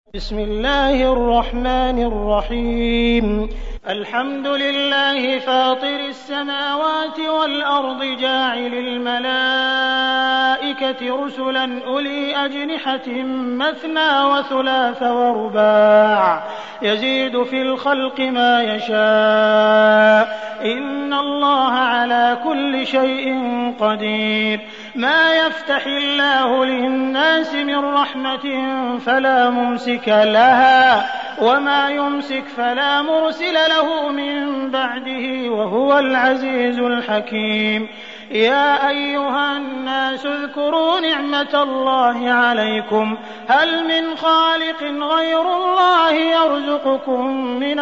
بسم الله الرحمن الرحيم. الحمد لله فاطر السماوات والأرض جاعل الملائكة رسلا أولي أجنحة مثنى وثلاث ورباع يزيد في الخلق ما يشاء إن الله على كل شيء قدير. ما يفتح الله للناس من رحمة فلا ممسك لها وما يمسك فلا مرسل له من بعده وهو العزيز الحكيم. يا أيها الناس اذكروا نعمة الله عليكم هل من خالق غير الله يرزقكم من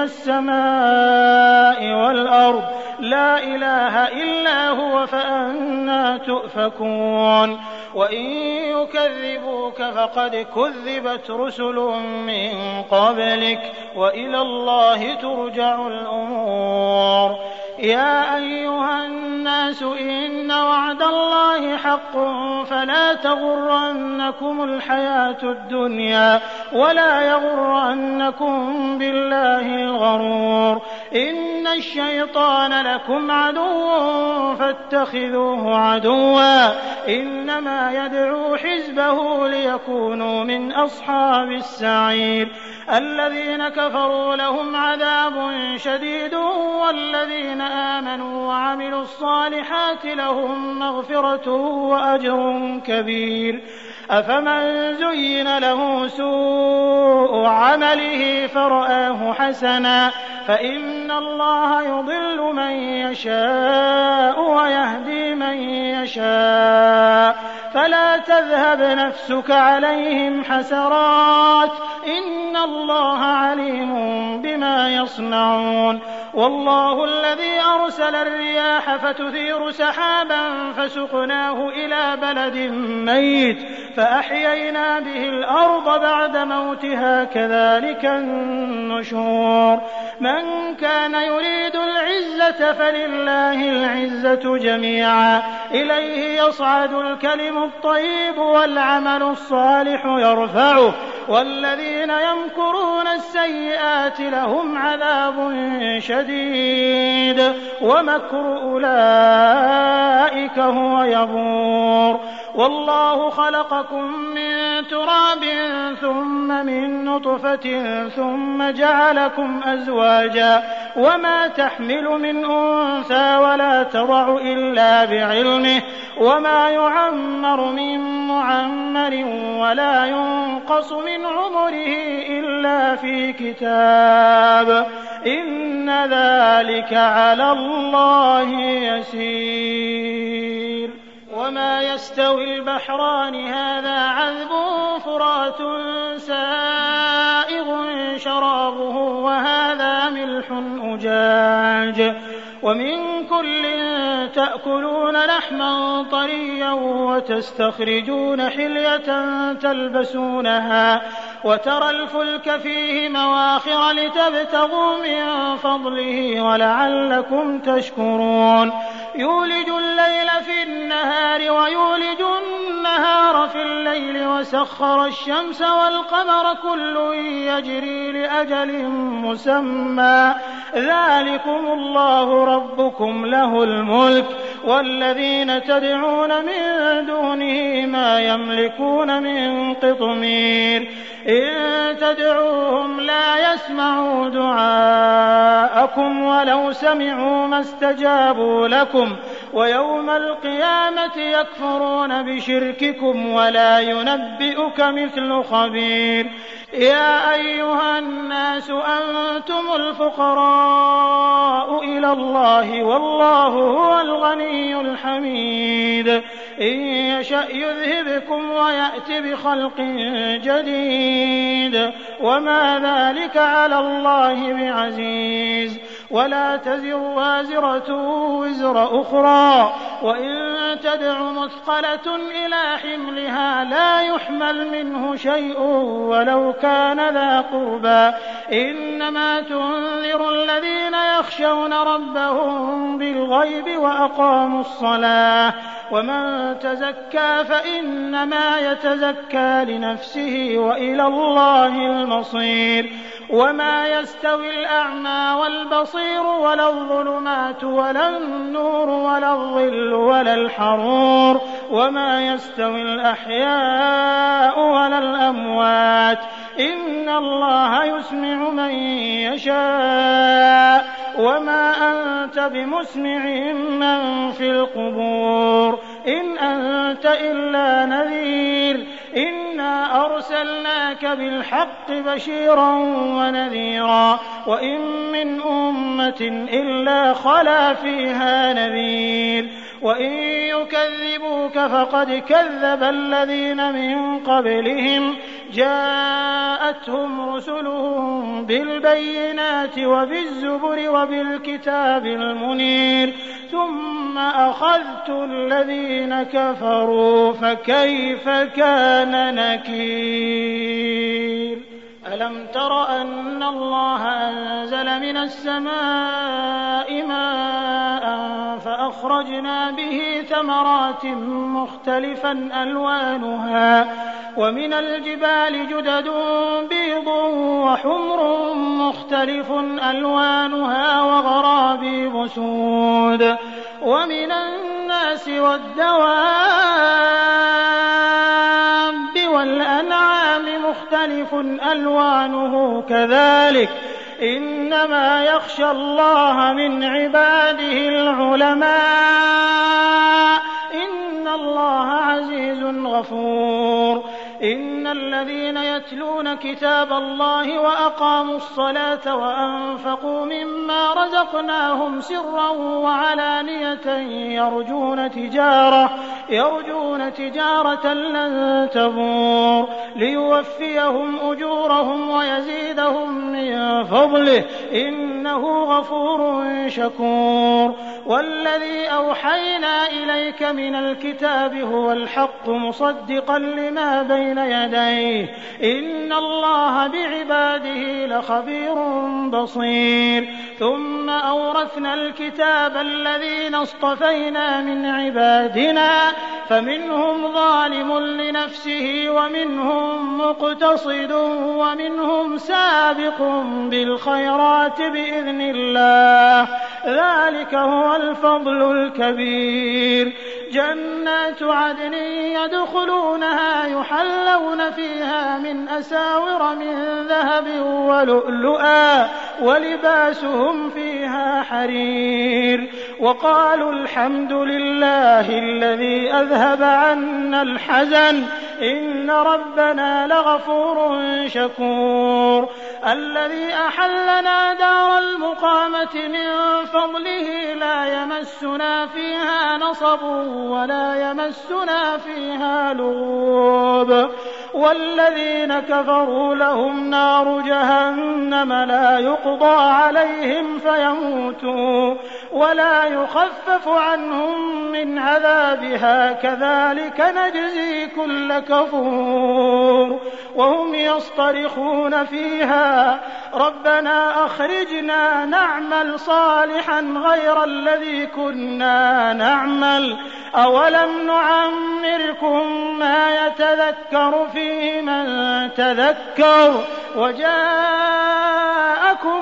السماء والأرض لا إله إلا هو فأنى تؤفكون. وإن يكذبوك فقد كذبت رسل من قبلك وإلى الله ترجع الأمور. يا أيها الناس إن وعد الله حق فلا تغرنكم الحياة الدنيا ولا يغرنكم بالله الغرور. إن الشيطان لكم عدو فاتخذوه عدوا إنما يدعو حزبه ليكونوا من أصحاب السعير. الذين كفروا لهم عذاب شديد والذين آمنوا وعملوا الصالحات لهم مغفرة وأجر كبير. أفمن زين له سوء عمله فرآه حسنا فإن الله يضل من يشاء ويهدي من يشاء فلا تذهب نفسك عليهم حسرات إن الله عليم بما يصنعون. والله الذي أرسل الرياح فتثير سحابا فسقناه إلى بلد ميت فأحيينا به الأرض بعد موتها كذلك النشور. من كان يريد العزة فلله العزة جميعا إليه يصعد الكلم الطيب والعمل الصالح يرفعه والذين يمكرون السيئات لهم عذاب شديد ومكر أولئك هو يبور. والله خلقكم من تراب ثم من نطفة ثم جعلكم أزواجا وما تحمل من أنثى ولا تضع إلا بعلمه وما يعمر من معمر ولا ينقص من عمره إلا في كتاب إن ذلك على الله يسير. وما يستوي البحران هذا عذب فرات سائغ شرابه وهذا ملح أجاج ومن كل تأكلون لحما طريا وتستخرجون حلية تلبسونها وترى الفلك فيه مواخر لتبتغوا من فضله ولعلكم تشكرون. يولج الليل في النهار ويولج النهار في الليل وسخر الشمس والقمر كل يجري لأجل مسمى ذلكم الله ربكم له الملك والذين تدعون من دونه ما يملكون من قطمير. إن تدعوهم لا يسمعوا دعاءكم ولو سمعوا ما استجابوا لكم ويوم القيامة يكفرون بشرككم ولا ينبئك مثل خبير. يا أيها الناس أنتم الفقراء إلى الله والله هو الغني الحميد. إن يشأ يذهبكم ويأت بخلق جديد وما ذلك على الله بعزيز. ولا تزر وازرة وزر أخرى وإن تدع مثقلة إلى حملها لا يحمل منه شيء ولو كان ذا قربى إنما تنذر الذين يخشون ربهم بالغيب وأقاموا الصلاة ومن تزكى فإنما يتزكى لنفسه وإلى الله المصير وما يستوي الأعمى والبصير ولا الظلمات ولا النور ولا الظل ولا الحرور وما يستوي الأحياء ولا الأموات إن الله يسمع من يشاء وما أنت بمسمع من في القبور إن أنت إلا نذير إنا أرسلناك بالحق بشيرا ونذيرا وإن من أمة إلا خلا فيها نذير وإن يكذبوك فقد كذب الذين من قبلهم جاءتهم رسلهم بالبينات وبالزبر وبالكتاب المنير ثم أخذت الذين كفروا فكيف كان نكير ألم تر أن الله أنزل من السماء ماء فأخرجنا به ثمرات مختلفا ألوانها ومن الجبال جدد بيض وحمر مختلف ألوانها وغرابيب سود ومن الناس والدواب والأنعام مختلف ألوانه كذلك إنما يخشى الله من عباده العلماء إن الله عزيز غفور إن الذين يتلون كتاب الله وأقاموا الصلاة وأنفقوا مما رزقناهم سرا وعلانية يرجون تجارة لن تبور ليوفيهم أجورهم ويزيدهم من فضله إنه غفور شكور والذي أوحينا إليك من الكتاب هو الحق مصدقا لما بين يديه إن الله بعباده لخبير بصير ثم أورثنا الكتاب الذين اصطفينا من عبادنا فمنهم ظالم لنفسه ومنهم مقتصد ومنهم سابق بالخيرات بإذن الله ذلك هو الفضل الكبير جنات عدن يدخلونها يحلون فيها من أساور من ذهب ولؤلؤا ولباسهم فيها حرير وقالوا الحمد لله الذي أذهب عنا الحزن إن ربنا لغفور شكور الذي أحلنا دار المقامة من فضله لا يمسنا فيها نصب ولا يمسنا فيها لغوب والذين كفروا لهم نار جهنم لا يقضى عليهم فيموتوا ولا يخفف عنهم من عذابها كذلك نجزي كل كفور وهم يصطرخون فيها ربنا أخرجنا نعمل صالحا غير الذي كنا نعمل أولم نعمركم ما يتذكر فيه من تذكر وجاءكم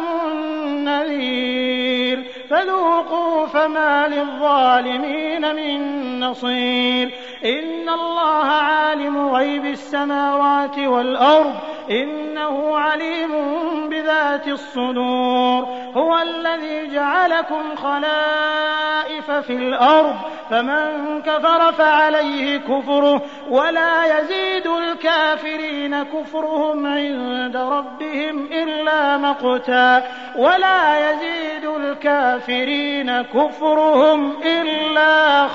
النذير فذوقوا فما للظالمين من نصير إن الله عالم غيب السماوات والأرض إنه عليم بذات الصدور هو الذي جعلكم خلائف في الأرض فمن كفر فعليه كفره ولا يزيد الكافرين كفرهم عند ربهم إلا مقتا ولا يزيد الكافرين كفرهم إلا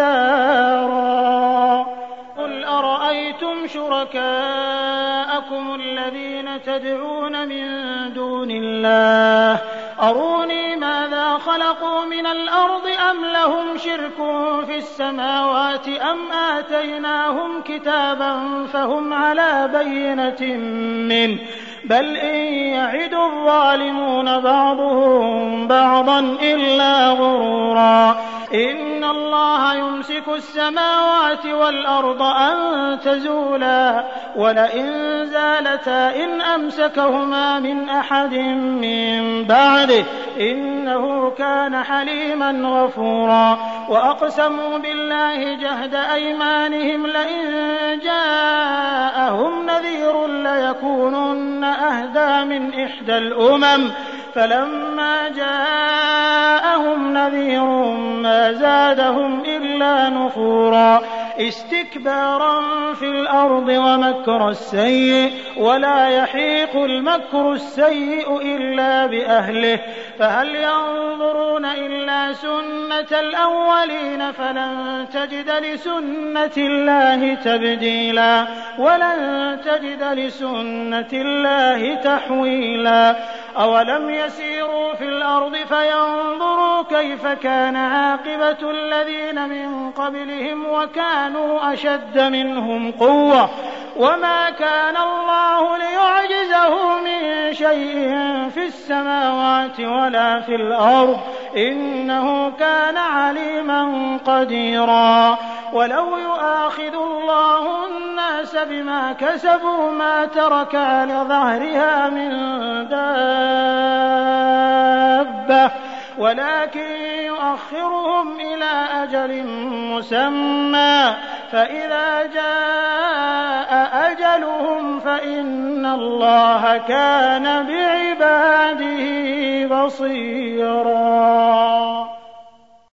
خسارا قل أرأيتم شركاءكم الذين تدعون من دون الله أروني ماذا خلقوا من الأرض أم لهم شرك في السماوات أم آتيناهم كتابا فهم على بينة منه بل إن يعد الظالمون بعضهم بعضا إلا غرورا إن الله يمسك السماوات والأرض أن تزولا ولئن زالتا إن أمسكهما من أحد من بعده إنه كان حليما غفورا وأقسموا بالله جهد أيمانهم لئن جاءهم نذير ليكونن أهدى من إحدى الأمم فلما جاءهم نذير ما زادهم إلا نفورا استكبارا في الأرض ومكر السيء ولا يحيق المكر السيء إلا بأهله فهل ينظرون إلا سنة الأولين فلن تجد لسنة الله تبديلا ولن تجد لسنة الله تحويلا أولم يسيروا في الأرض فينظروا كيف كان عاقبة الذين من قبلهم وكانوا أشد منهم قوة وما كان الله ليعجزه من شيء في السماوات ولا في الأرض إنه كان عليما قديرا ولو يؤاخذ الله الناس بما كسبوا ما ترك على ظهرها من دابة ولكن يؤخرهم إلى أجل مسمى فإذا جاء أجلهم فإن الله كان بعباده بصيرا